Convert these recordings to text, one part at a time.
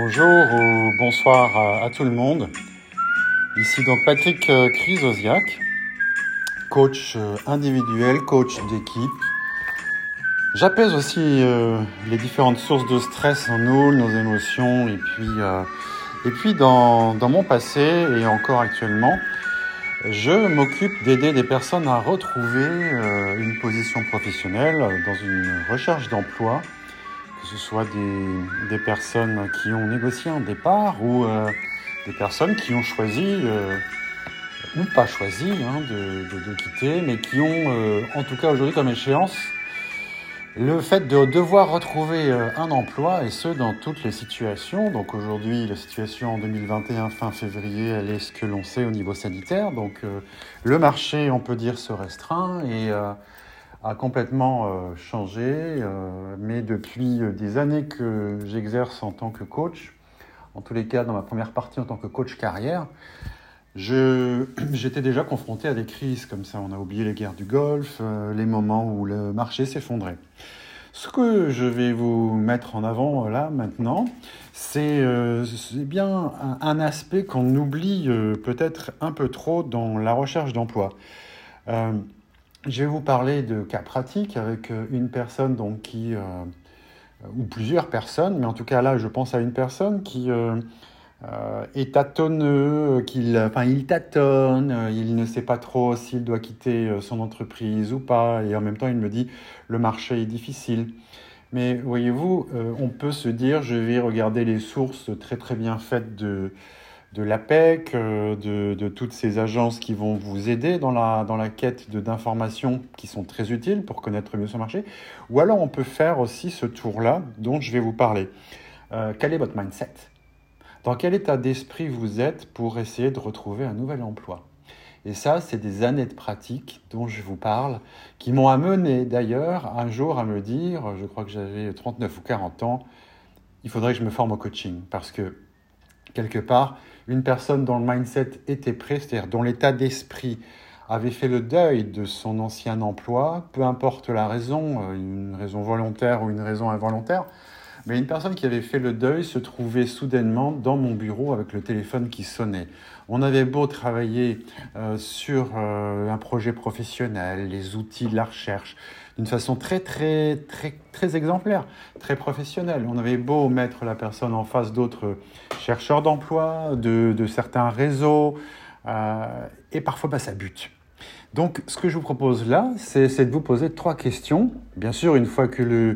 Bonjour ou bonsoir à tout le monde. Ici donc Patrick Chrysosiak, coach individuel, coach d'équipe. J'apaise aussi les différentes sources de stress en nous, nos émotions, et puis dans mon passé et encore actuellement, je m'occupe d'aider des personnes à retrouver une position professionnelle dans une recherche d'emploi, que ce soit des personnes qui ont négocié un départ ou des personnes qui ont choisi ou pas choisi de quitter, mais qui ont en tout cas aujourd'hui comme échéance le fait de devoir retrouver un emploi, et ce dans toutes les situations. Donc aujourd'hui, la situation en 2021, fin février, elle est ce que l'on sait au niveau sanitaire. Donc le marché, on peut dire, se restreint et a complètement changé. Mais depuis des années que j'exerce en tant que coach, en tous les cas dans ma première partie en tant que coach carrière, j'étais déjà confronté à des crises comme ça. On a oublié les guerres du Golfe, les moments où le marché s'effondrait. Ce que je vais vous mettre en avant là maintenant, c'est bien un aspect qu'on oublie peut-être un peu trop dans la recherche d'emploi. Je vais vous parler de cas pratiques avec une personne donc ou plusieurs personnes, mais en tout cas là je pense à une personne qui est tâtonneux, il tâtonne, il ne sait pas trop s'il doit quitter son entreprise ou pas, et en même temps il me dit le marché est difficile. Mais voyez-vous, on peut se dire je vais regarder les sources très très bien faites de l'APEC, de toutes ces agences qui vont vous aider dans la quête d'informations qui sont très utiles pour connaître mieux son marché, ou alors on peut faire aussi ce tour-là dont je vais vous parler. Quel est votre mindset ? Dans quel état d'esprit vous êtes pour essayer de retrouver un nouvel emploi ? Et ça, c'est des années de pratique dont je vous parle, qui m'ont amené d'ailleurs un jour à me dire, je crois que j'avais 39 ou 40 ans, il faudrait que je me forme au coaching. Parce que, quelque part, une personne dont le mindset était prêt, c'est-à-dire dont l'état d'esprit avait fait le deuil de son ancien emploi, peu importe la raison, une raison volontaire ou une raison involontaire, mais une personne qui avait fait le deuil se trouvait soudainement dans mon bureau avec le téléphone qui sonnait. On avait beau travailler sur un projet professionnel, les outils de la recherche, d'une façon très, très, très, très exemplaire, très professionnelle. On avait beau mettre la personne en face d'autres chercheurs d'emploi, de certains réseaux, et parfois ça bute. Donc, ce que je vous propose là, c'est de vous poser 3 questions. Bien sûr, une fois que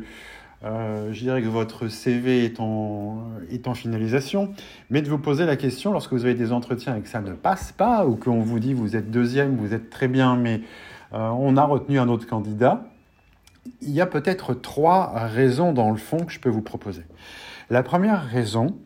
je dirais que votre CV est en finalisation, mais de vous poser la question lorsque vous avez des entretiens et que ça ne passe pas, ou qu'on vous dit vous êtes deuxième, vous êtes très bien, mais on a retenu un autre candidat. Il y a peut-être 3 raisons dans le fond que je peux vous proposer. La première raison,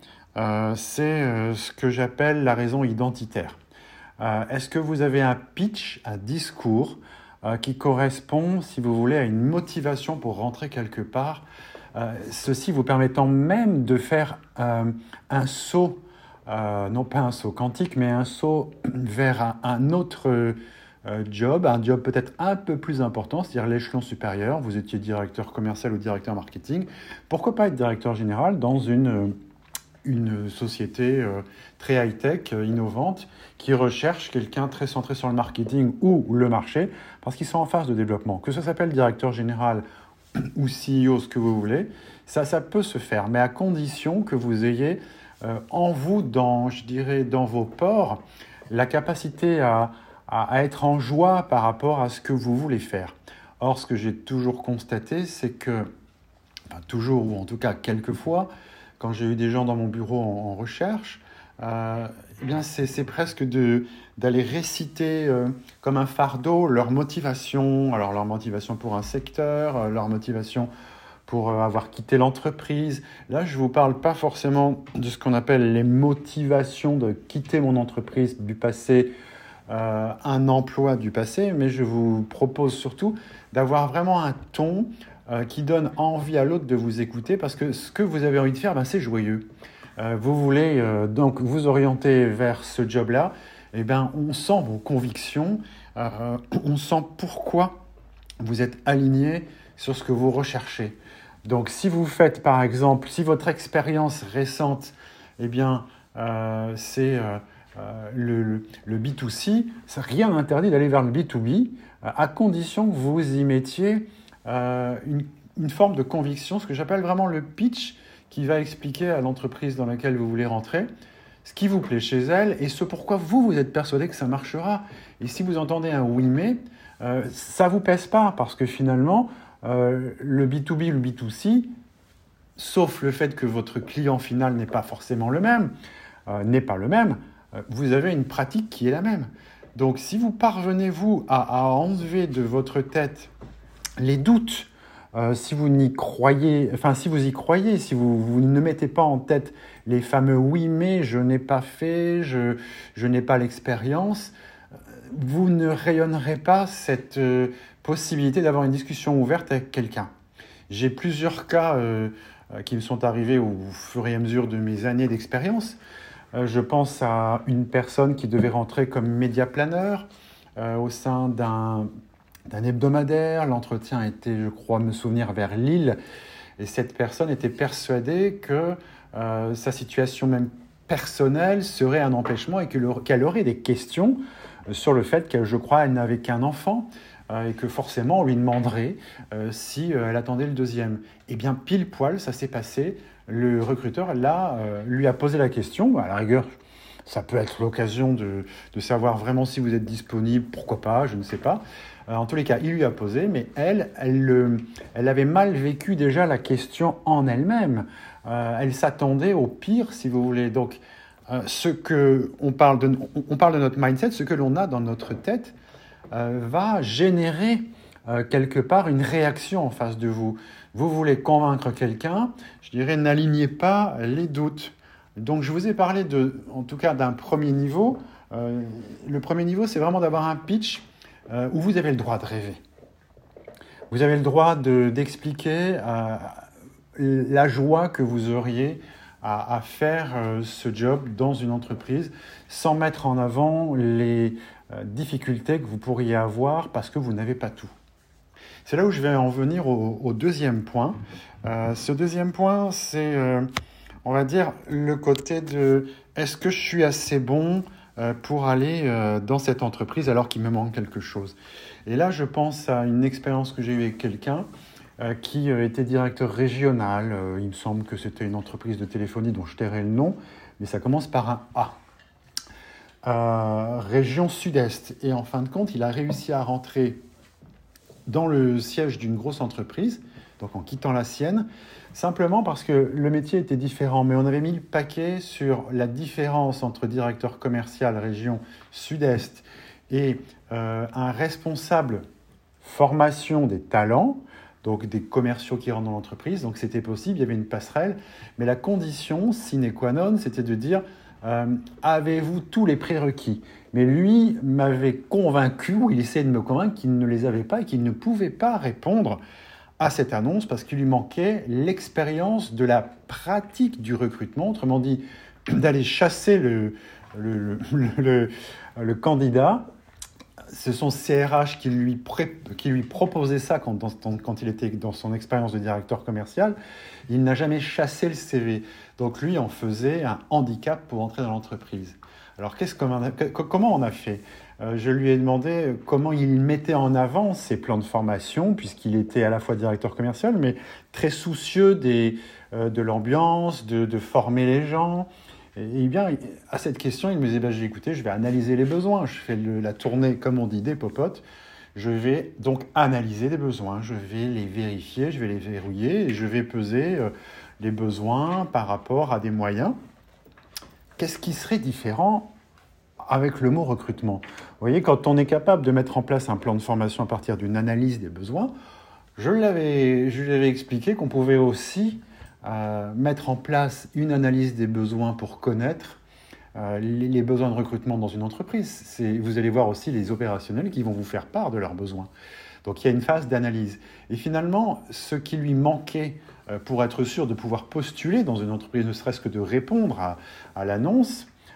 c'est ce que j'appelle la raison identitaire. Est-ce que vous avez un pitch, un discours qui correspond, si vous voulez, à une motivation pour rentrer quelque part, ceci vous permettant même de faire un saut, non pas un saut quantique, mais un saut vers un autre job, un job peut-être un peu plus important, c'est-à-dire l'échelon supérieur. Vous étiez directeur commercial ou directeur marketing. Pourquoi pas être directeur général dans une société très high-tech, innovante, qui recherche quelqu'un très centré sur le marketing ou le marché, parce qu'ils sont en phase de développement. Que ça s'appelle directeur général ou CEO, ce que vous voulez, ça peut se faire, mais à condition que vous ayez en vous, dans vos pores, la capacité à être en joie par rapport à ce que vous voulez faire. Or, ce que j'ai toujours constaté, c'est que, enfin toujours, ou en tout cas quelquefois, quand j'ai eu des gens dans mon bureau en recherche, eh bien c'est presque d'aller réciter comme un fardeau leur motivation. Alors leur motivation pour un secteur, leur motivation pour avoir quitté l'entreprise. Là, je ne vous parle pas forcément de ce qu'on appelle les motivations de quitter mon entreprise du passé, un emploi du passé, mais je vous propose surtout d'avoir vraiment un ton qui donne envie à l'autre de vous écouter, parce que ce que vous avez envie de faire, c'est joyeux. Vous voulez donc vous orienter vers ce job-là, eh bien, on sent vos convictions, on sent pourquoi vous êtes aligné sur ce que vous recherchez. Donc, si vous faites, par exemple, si votre expérience récente, eh bien, c'est le B2C, rien n'interdit d'aller vers le B2B, à condition que vous y mettiez une forme de conviction, ce que j'appelle vraiment le pitch, qui va expliquer à l'entreprise dans laquelle vous voulez rentrer ce qui vous plaît chez elle et ce pourquoi vous êtes persuadé que ça marchera. Et si vous entendez un oui mais, ça ne vous pèse pas parce que finalement, le B2B, le B2C, sauf le fait que votre client final n'est pas forcément le même, vous avez une pratique qui est la même. Donc si vous parvenez, vous, à enlever de votre tête les doutes, si vous y croyez, si vous ne mettez pas en tête les fameux oui mais je n'ai pas fait, je n'ai pas l'expérience, vous ne rayonnerez pas cette possibilité d'avoir une discussion ouverte avec quelqu'un. J'ai plusieurs cas qui me sont arrivés au fur et à mesure de mes années d'expérience. Je pense à une personne qui devait rentrer comme média-planeur au sein d'un hebdomadaire. L'entretien était, je crois me souvenir, vers Lille. Et cette personne était persuadée que sa situation même personnelle serait un empêchement et qu'elle aurait des questions sur le fait qu'elle, je crois, elle n'avait qu'un enfant et que forcément on lui demanderait si elle attendait le deuxième. Eh bien, pile poil, ça s'est passé. Le recruteur, là, lui a posé la question. À la rigueur, ça peut être l'occasion de savoir vraiment si vous êtes disponible, pourquoi pas, je ne sais pas. En tous les cas, il lui a posé, mais elle avait mal vécu déjà la question en elle-même. Elle s'attendait au pire, si vous voulez. Donc, on parle de notre mindset, ce que l'on a dans notre tête va générer quelque part une réaction en face de vous. Vous voulez convaincre quelqu'un, je dirais, n'alignez pas les doutes. Donc, je vous ai parlé en tout cas d'un premier niveau. Le premier niveau, c'est vraiment d'avoir un pitch où vous avez le droit de rêver. Vous avez le droit d'expliquer la joie que vous auriez à faire ce job dans une entreprise sans mettre en avant les difficultés que vous pourriez avoir parce que vous n'avez pas tout. C'est là où je vais en venir au deuxième point. Ce deuxième point, c'est, on va dire, le côté de est-ce que je suis assez bon pour aller dans cette entreprise alors qu'il me manque quelque chose. Et là, je pense à une expérience que j'ai eue avec quelqu'un qui était directeur régional. Il me semble que c'était une entreprise de téléphonie dont je tairai le nom, mais ça commence par un A. Région Sud-Est. Et en fin de compte, il a réussi à rentrer dans le siège d'une grosse entreprise, donc en quittant la sienne, simplement parce que le métier était différent. Mais on avait mis le paquet sur la différence entre directeur commercial région Sud-Est et un responsable formation des talents, donc des commerciaux qui rentrent dans l'entreprise. Donc c'était possible, il y avait une passerelle. Mais la condition sine qua non, c'était de dire avez-vous tous les prérequis ? Mais lui m'avait convaincu, ou il essayait de me convaincre qu'il ne les avait pas et qu'il ne pouvait pas répondre à cette annonce parce qu'il lui manquait l'expérience de la pratique du recrutement, autrement dit, d'aller chasser le candidat. C'est son CRH qui lui proposait ça quand il était dans son expérience de directeur commercial. Il n'a jamais chassé le CV. Donc lui en faisait un handicap pour entrer dans l'entreprise. Alors comment on a fait ? Je lui ai demandé comment il mettait en avant ses plans de formation, puisqu'il était à la fois directeur commercial, mais très soucieux de l'ambiance, de former les gens. Et bien, à cette question, il me disait, j'ai écouté, je vais analyser les besoins. Je fais la tournée, comme on dit, des popotes. Je vais donc analyser les besoins. Je vais les vérifier, je vais les verrouiller et je vais peser les besoins par rapport à des moyens. Qu'est-ce qui serait différent avec le mot recrutement ? Vous voyez, quand on est capable de mettre en place un plan de formation à partir d'une analyse des besoins, je lui avais expliqué qu'on pouvait aussi mettre en place une analyse des besoins pour connaître les besoins de recrutement dans une entreprise. Vous allez voir aussi les opérationnels qui vont vous faire part de leurs besoins. Donc il y a une phase d'analyse. Et finalement, ce qui lui manquait pour être sûr de pouvoir postuler dans une entreprise, ne serait-ce que de répondre à l'annonce,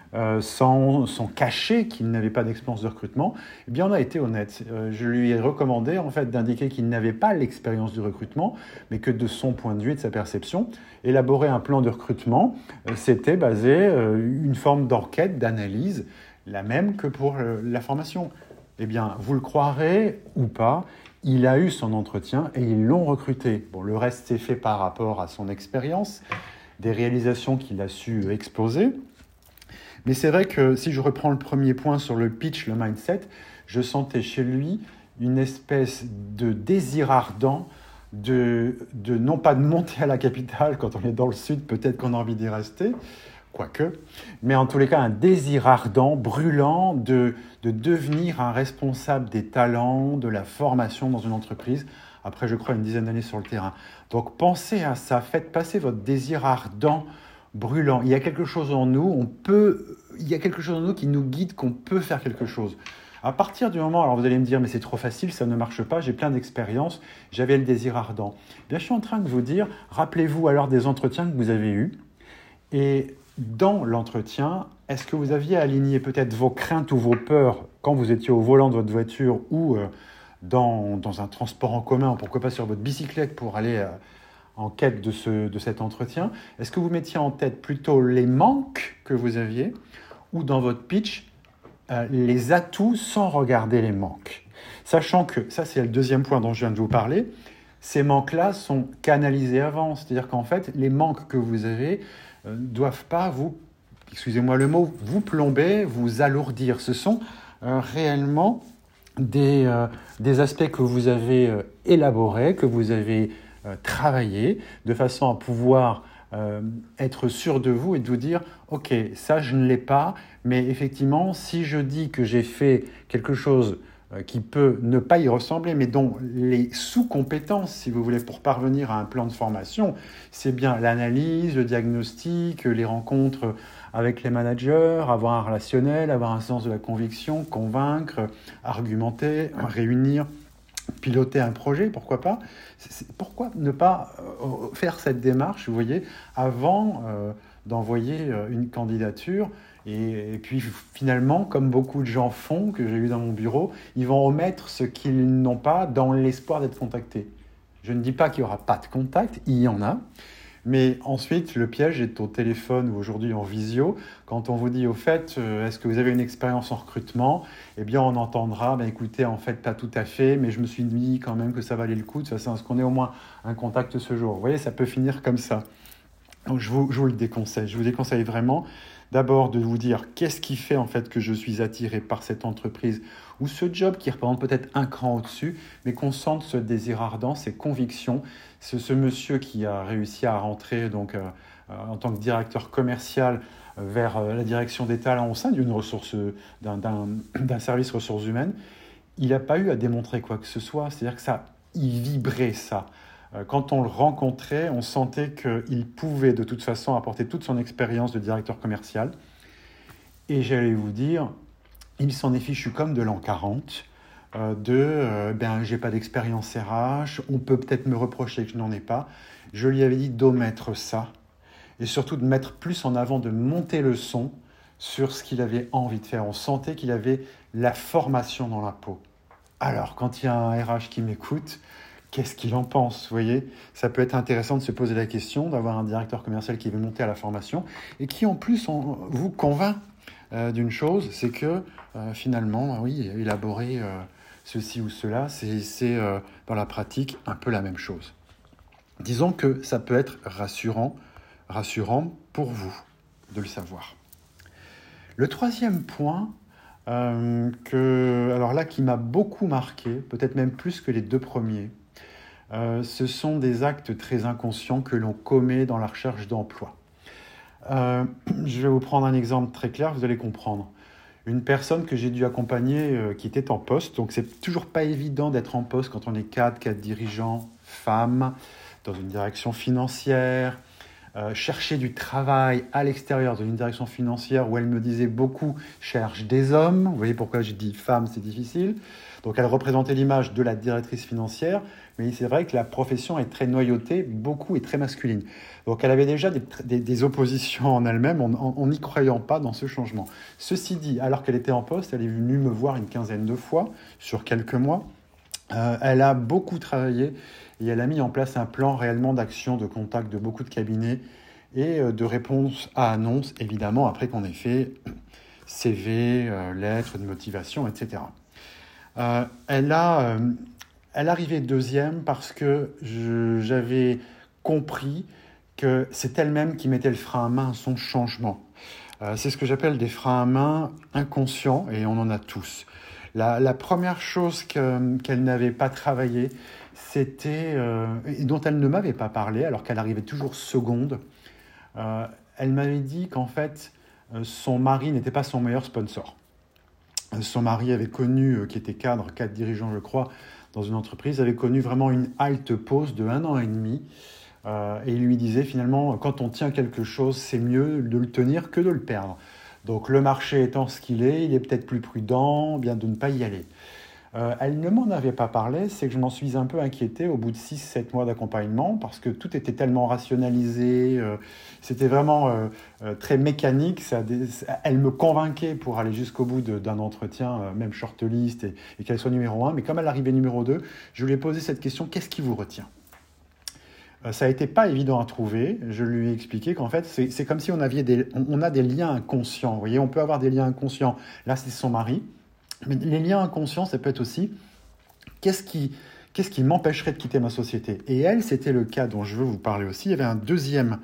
sans cacher qu'il n'avait pas d'expérience de recrutement, eh bien on a été honnête. Je lui ai recommandé en fait d'indiquer qu'il n'avait pas l'expérience du recrutement, mais que de son point de vue et de sa perception, élaborer un plan de recrutement, c'était basé une forme d'enquête, d'analyse, la même que pour la formation. Eh bien, vous le croirez ou pas, il a eu son entretien et ils l'ont recruté. Bon, le reste s'est fait par rapport à son expérience, des réalisations qu'il a su exposer. Mais c'est vrai que si je reprends le premier point sur le pitch, le mindset, je sentais chez lui une espèce de désir ardent de non pas de monter à la capitale quand on est dans le sud, peut-être qu'on a envie d'y rester, quoique, mais en tous les cas un désir ardent, brûlant de devenir un responsable des talents, de la formation dans une entreprise, après je crois une dizaine d'années sur le terrain. Donc pensez à ça, faites passer votre désir ardent, brûlant. Il y a quelque chose en nous, il y a quelque chose en nous qui nous guide, qu'on peut faire quelque chose. À partir du moment, alors vous allez me dire, mais c'est trop facile, ça ne marche pas, j'ai plein d'expériences, j'avais le désir ardent. Bien, je suis en train de vous dire, rappelez-vous alors des entretiens que vous avez eus, et dans l'entretien, est-ce que vous aviez aligné peut-être vos craintes ou vos peurs quand vous étiez au volant de votre voiture ou dans un transport en commun, pourquoi pas sur votre bicyclette pour aller en quête de cet entretien? Est-ce que vous mettiez en tête plutôt les manques que vous aviez ou dans votre pitch, les atouts sans regarder les manques? Sachant que, ça c'est le deuxième point dont je viens de vous parler, ces manques-là sont canalisés avant. C'est-à-dire qu'en fait, les manques que vous avez ne doivent pas vous, excusez-moi le mot, vous plomber, vous alourdir. Ce sont réellement des aspects que vous avez élaborés, que vous avez travaillés, de façon à pouvoir être sûr de vous et de vous dire « Ok, ça je ne l'ai pas, mais effectivement, si je dis que j'ai fait quelque chose qui peut ne pas y ressembler, mais dont les sous-compétences, si vous voulez, pour parvenir à un plan de formation, c'est bien l'analyse, le diagnostic, les rencontres avec les managers, avoir un relationnel, avoir un sens de la conviction, convaincre, argumenter, réunir, piloter un projet, pourquoi pas? Pourquoi ne pas faire cette démarche, vous voyez, avant d'envoyer une candidature? Et puis finalement, comme beaucoup de gens font, que j'ai eu dans mon bureau, ils vont omettre ce qu'ils n'ont pas dans l'espoir d'être contactés. Je ne dis pas qu'il n'y aura pas de contact, il y en a. Mais ensuite, le piège est au téléphone ou aujourd'hui en visio. Quand on vous dit, au fait, est-ce que vous avez une expérience en recrutement? Eh bien, on entendra, écoutez, en fait, pas tout à fait, mais je me suis dit quand même que ça valait le coup. De toute façon, est-ce qu'on ait au moins un contact ce jour? Vous voyez, ça peut finir comme ça. Donc, je vous le déconseille. Je vous déconseille vraiment d'abord de vous dire qu'est-ce qui fait en fait que je suis attiré par cette entreprise ou ce job qui représente peut-être un cran au-dessus, mais qu'on sente ce désir ardent, ces convictions. Ce monsieur qui a réussi à rentrer donc, en tant que directeur commercial vers la direction des talents au sein d'un service ressources humaines, il n'a pas eu à démontrer quoi que ce soit. C'est-à-dire que ça, il vibrait ça. Quand on le rencontrait, on sentait qu'il pouvait de toute façon apporter toute son expérience de directeur commercial. Et j'allais vous dire, il s'en est fichu comme de l'an 40, j'ai pas d'expérience RH, on peut peut-être me reprocher que je n'en ai pas. Je lui avais dit d'omettre ça, et surtout de mettre plus en avant, de monter le son sur ce qu'il avait envie de faire. On sentait qu'il avait la formation dans la peau. Alors, quand il y a un RH qui m'écoute, qu'est-ce qu'il en pense, vous voyez? Ça peut être intéressant de se poser la question, d'avoir un directeur commercial qui veut monter à la formation et qui en plus vous convainc d'une chose, c'est que finalement, oui, élaborer ceci ou cela, c'est dans la pratique un peu la même chose. Disons que ça peut être rassurant pour vous de le savoir. Le troisième point, alors là, qui m'a beaucoup marqué, peut-être même plus que les deux premiers, ce sont des actes très inconscients que l'on commet dans la recherche d'emploi. Je vais vous prendre un exemple très clair, vous allez comprendre. Une personne que j'ai dû accompagner qui était en poste, donc c'est toujours pas évident d'être en poste quand on est cadre dirigeant, femme, dans une direction financière, chercher du travail à l'extérieur d'une direction financière où elle me disait beaucoup cherche des hommes. Vous voyez pourquoi je dis femme, c'est difficile. Donc elle représentait l'image de la directrice financière, mais c'est vrai que la profession est très noyautée, beaucoup et très masculine. Donc elle avait déjà des oppositions en elle-même en n'y croyant pas dans ce changement. Ceci dit, alors qu'elle était en poste, elle est venue me voir une quinzaine de fois sur quelques mois. Elle a beaucoup travaillé et elle a mis en place un plan réellement d'action, de contact de beaucoup de cabinets et de réponse à annonces, évidemment, après qu'on ait fait CV, lettres de motivation, etc. Elle arrivait deuxième parce que j'avais compris que c'est elle-même qui mettait le frein à main à son changement. C'est ce que j'appelle des freins à main inconscients, et on en a tous. La première chose qu'elle n'avait pas travaillé, c'était, et dont elle ne m'avait pas parlé, alors qu'elle arrivait toujours seconde, elle m'avait dit qu'en fait, son mari n'était pas son meilleur sponsor. Son mari avait connu, qui était cadre dirigeant je crois, dans une entreprise, avait connu vraiment une halte pause de 1 an et demi. Et il lui disait finalement, quand on tient quelque chose, c'est mieux de le tenir que de le perdre. Donc le marché étant ce qu'il est, il est peut-être plus prudent bien de ne pas y aller. Elle ne m'en avait pas parlé, c'est que je m'en suis un peu inquiété au bout de 6-7 mois d'accompagnement, parce que tout était tellement rationalisé, c'était vraiment très mécanique, elle me convainquait pour aller jusqu'au bout d'un entretien, même shortlist, et qu'elle soit numéro 1, mais comme elle arrivait numéro 2, je lui ai posé cette question, qu'est-ce qui vous retient ? Ça n'a été pas évident à trouver. Je lui ai expliqué qu'en fait, c'est comme si on a des liens inconscients. Vous voyez, on peut avoir des liens inconscients. Là, c'est son mari. Mais les liens inconscients, ça peut être aussi qu'est-ce qui m'empêcherait de quitter ma société. Et elle, c'était le cas dont je veux vous parler aussi. Il y avait un deuxième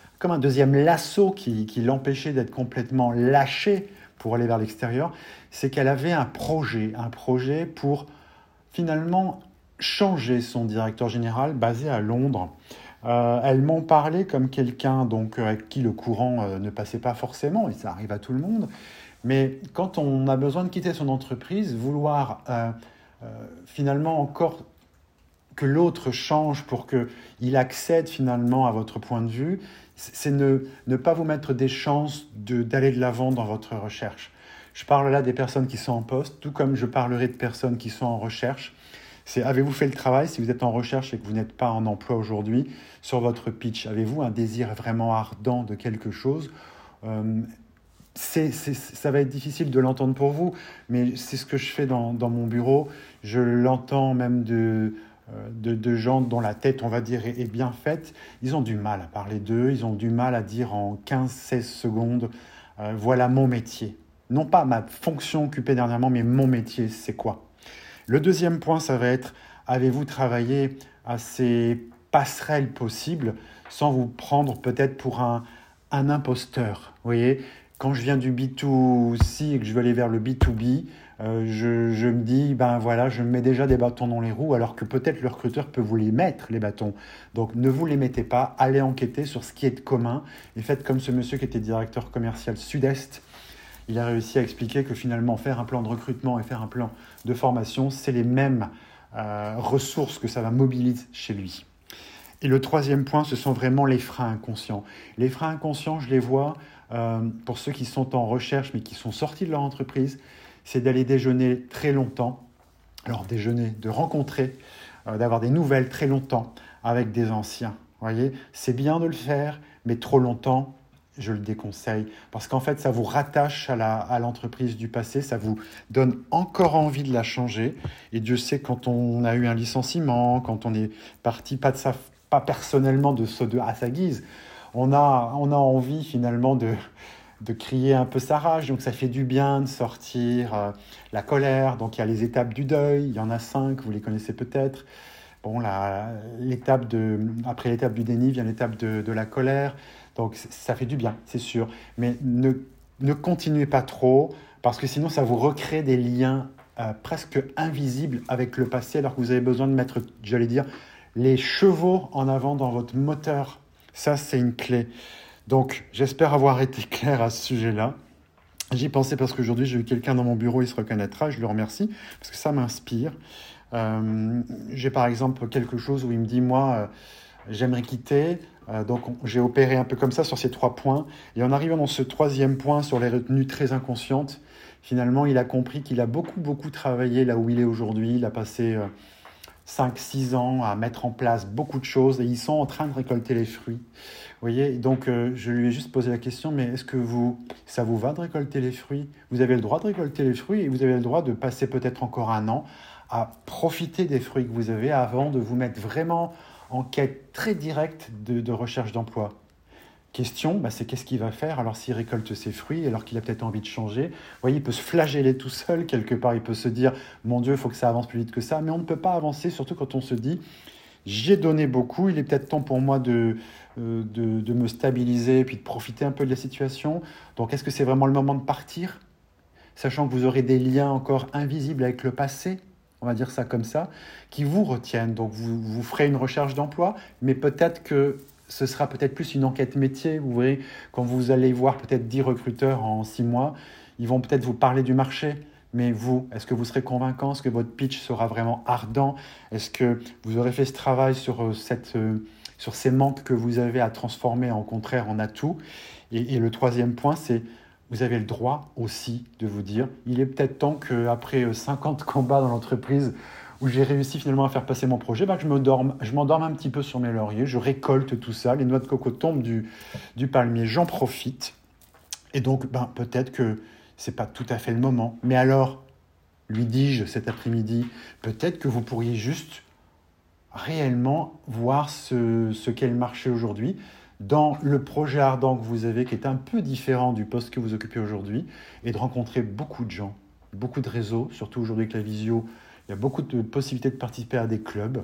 lasso qui l'empêchait d'être complètement lâchée pour aller vers l'extérieur. C'est qu'elle avait un projet pour finalement changer son directeur général basé à Londres. Elles m'ont parlé comme quelqu'un donc avec qui le courant ne passait pas forcément, et ça arrive à tout le monde. Mais quand on a besoin de quitter son entreprise, vouloir finalement encore que l'autre change pour qu'il accède finalement à votre point de vue, c'est ne pas vous mettre des chances d'aller de l'avant dans votre recherche. Je parle là des personnes qui sont en poste, tout comme je parlerai de personnes qui sont en recherche. C'est avez-vous fait le travail si vous êtes en recherche et que vous n'êtes pas en emploi aujourd'hui sur votre pitch? Avez-vous un désir vraiment ardent de quelque chose? Ça va être difficile de l'entendre pour vous, mais c'est ce que je fais dans mon bureau. Je l'entends même de gens dont la tête, on va dire, est bien faite. Ils ont du mal à parler d'eux, ils ont du mal à dire en 15-16 secondes, voilà mon métier. Non pas ma fonction occupée dernièrement, mais mon métier, c'est quoi? Le deuxième point, ça va être, avez-vous travaillé à ces passerelles possibles sans vous prendre peut-être pour un imposteur? Vous voyez, quand je viens du B2C et que je veux aller vers le B2B, je me dis, ben voilà, je me mets déjà des bâtons dans les roues, alors que peut-être le recruteur peut vous les mettre, les bâtons. Donc ne vous les mettez pas, allez enquêter sur ce qui est de commun, et faites comme ce monsieur qui était directeur commercial Sud-Est. Il a réussi à expliquer que finalement, faire un plan de recrutement et faire un plan de formation, c'est les mêmes ressources que ça va mobiliser chez lui. Et le troisième point, ce sont vraiment les freins inconscients. Les freins inconscients, je les vois pour ceux qui sont en recherche mais qui sont sortis de leur entreprise, c'est d'aller déjeuner très longtemps. Alors déjeuner, de rencontrer, d'avoir des nouvelles très longtemps avec des anciens. Vous voyez, c'est bien de le faire, mais trop longtemps, je le déconseille, parce qu'en fait, ça vous rattache à l'entreprise du passé, ça vous donne encore envie de la changer. Et Dieu sait, quand on a eu un licenciement, quand on est parti, pas personnellement à sa guise, on a envie finalement de crier un peu sa rage. Donc ça fait du bien de sortir la colère. Donc il y a les étapes du deuil, il y en a 5, vous les connaissez peut-être. Bon, après l'étape du déni vient l'étape de la colère. Donc ça fait du bien, c'est sûr. Mais ne continuez pas trop, parce que sinon ça vous recrée des liens presque invisibles avec le passé, alors que vous avez besoin de mettre, j'allais dire, les chevaux en avant dans votre moteur. Ça, c'est une clé. Donc j'espère avoir été clair à ce sujet-là. J'y pensais parce qu'aujourd'hui, j'ai eu quelqu'un dans mon bureau, il se reconnaîtra, je le remercie, parce que ça m'inspire. J'ai par exemple quelque chose où il me dit, moi, j'aimerais quitter, Donc j'ai opéré un peu comme ça sur ces 3 points. Et en arrivant dans ce 3e point sur les retenues très inconscientes, finalement, il a compris qu'il a beaucoup travaillé là où il est aujourd'hui. Il a passé 5-6 ans à mettre en place beaucoup de choses et ils sont en train de récolter les fruits. Vous voyez, donc je lui ai juste posé la question, mais est-ce que ça vous va de récolter les fruits? Vous avez le droit de récolter les fruits et vous avez le droit de passer peut-être encore un an à profiter des fruits que vous avez avant de vous mettre vraiment en quête très directe de recherche d'emploi. Question, c'est qu'est-ce qu'il va faire alors s'il récolte ses fruits, alors qu'il a peut-être envie de changer. Vous voyez, il peut se flageller tout seul quelque part, il peut se dire, mon Dieu, il faut que ça avance plus vite que ça, mais on ne peut pas avancer, surtout quand on se dit, j'ai donné beaucoup, il est peut-être temps pour moi de me stabiliser et puis de profiter un peu de la situation. Donc est-ce que c'est vraiment le moment de partir, sachant que vous aurez des liens encore invisibles avec le passé, on va dire ça comme ça, qui vous retiennent. Donc vous ferez une recherche d'emploi, mais peut-être que ce sera peut-être plus une enquête métier. Vous voyez, quand vous allez voir peut-être 10 recruteurs en 6 mois, ils vont peut-être vous parler du marché. Mais vous, est-ce que vous serez convaincant? Est-ce que votre pitch sera vraiment ardent? Est-ce que vous aurez fait ce travail sur ces manques que vous avez à transformer en contraire en atout? Et le 3e point, c'est vous avez le droit aussi de vous dire, il est peut-être temps qu'après 50 combats dans l'entreprise, où j'ai réussi finalement à faire passer mon projet, que je m'endorme un petit peu sur mes lauriers, je récolte tout ça, les noix de coco tombent du palmier, j'en profite. Et donc, peut-être que ce n'est pas tout à fait le moment. Mais alors, lui dis-je cet après-midi, peut-être que vous pourriez juste réellement voir ce qu'est le marché aujourd'hui, dans le projet ardent que vous avez, qui est un peu différent du poste que vous occupez aujourd'hui, et de rencontrer beaucoup de gens, beaucoup de réseaux, surtout aujourd'hui avec la visio. Il y a beaucoup de possibilités de participer à des clubs,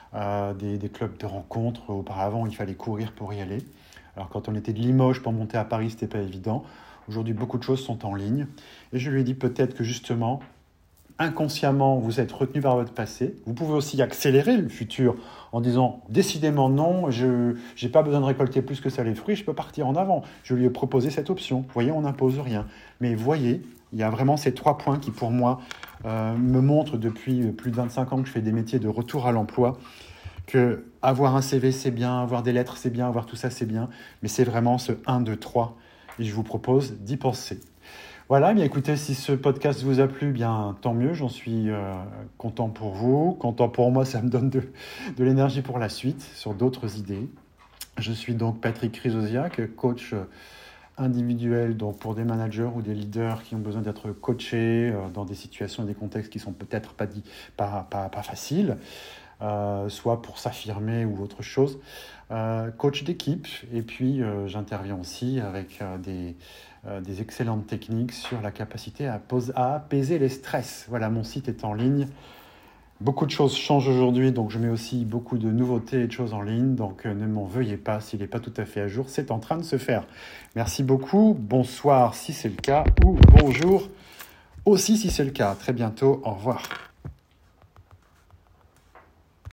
des clubs de rencontres. Auparavant, il fallait courir pour y aller. Alors quand on était de Limoges pour monter à Paris, ce n'était pas évident. Aujourd'hui, beaucoup de choses sont en ligne. Et je lui ai dit peut-être que justement, inconsciemment, vous êtes retenu par votre passé. Vous pouvez aussi accélérer le futur en disant décidément non, je n'ai pas besoin de récolter plus que ça les fruits, je peux partir en avant. Je lui ai proposé cette option. Vous voyez, on n'impose rien. Mais voyez, il y a vraiment ces 3 points qui, pour moi, me montrent depuis plus de 25 ans que je fais des métiers de retour à l'emploi, que avoir un CV, c'est bien, avoir des lettres, c'est bien, avoir tout ça, c'est bien. Mais c'est vraiment ce 1, 2, 3. Et je vous propose d'y penser. Voilà, bien écoutez, si ce podcast vous a plu, bien tant mieux, j'en suis content pour vous, content pour moi, ça me donne de l'énergie pour la suite, sur d'autres idées. Je suis donc Patrick Chrysosiak, coach individuel donc pour des managers ou des leaders qui ont besoin d'être coachés dans des situations et des contextes qui sont peut-être pas faciles, soit pour s'affirmer ou autre chose. Coach d'équipe, et puis j'interviens aussi avec des excellentes techniques sur la capacité à apaiser les stress. Voilà, mon site est en ligne. Beaucoup de choses changent aujourd'hui, donc je mets aussi beaucoup de nouveautés et de choses en ligne, donc ne m'en veuillez pas s'il n'est pas tout à fait à jour, c'est en train de se faire. Merci beaucoup, bonsoir si c'est le cas, ou bonjour aussi si c'est le cas. À très bientôt, au revoir.